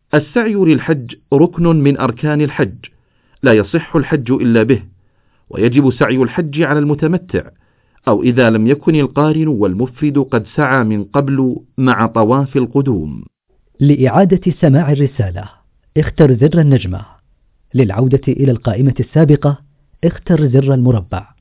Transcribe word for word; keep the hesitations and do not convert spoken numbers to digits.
السعي للحج ركن من أركان الحج، لا يصح الحج إلا به، ويجب سعي الحج على المتمتع، أو إذا لم يكن القارن والمفرد قد سعى من قبل مع طواف القدوم. لإعادة سماع الرسالة اختر زر النجمة. للعودة إلى القائمة السابقة اختر زر المربع.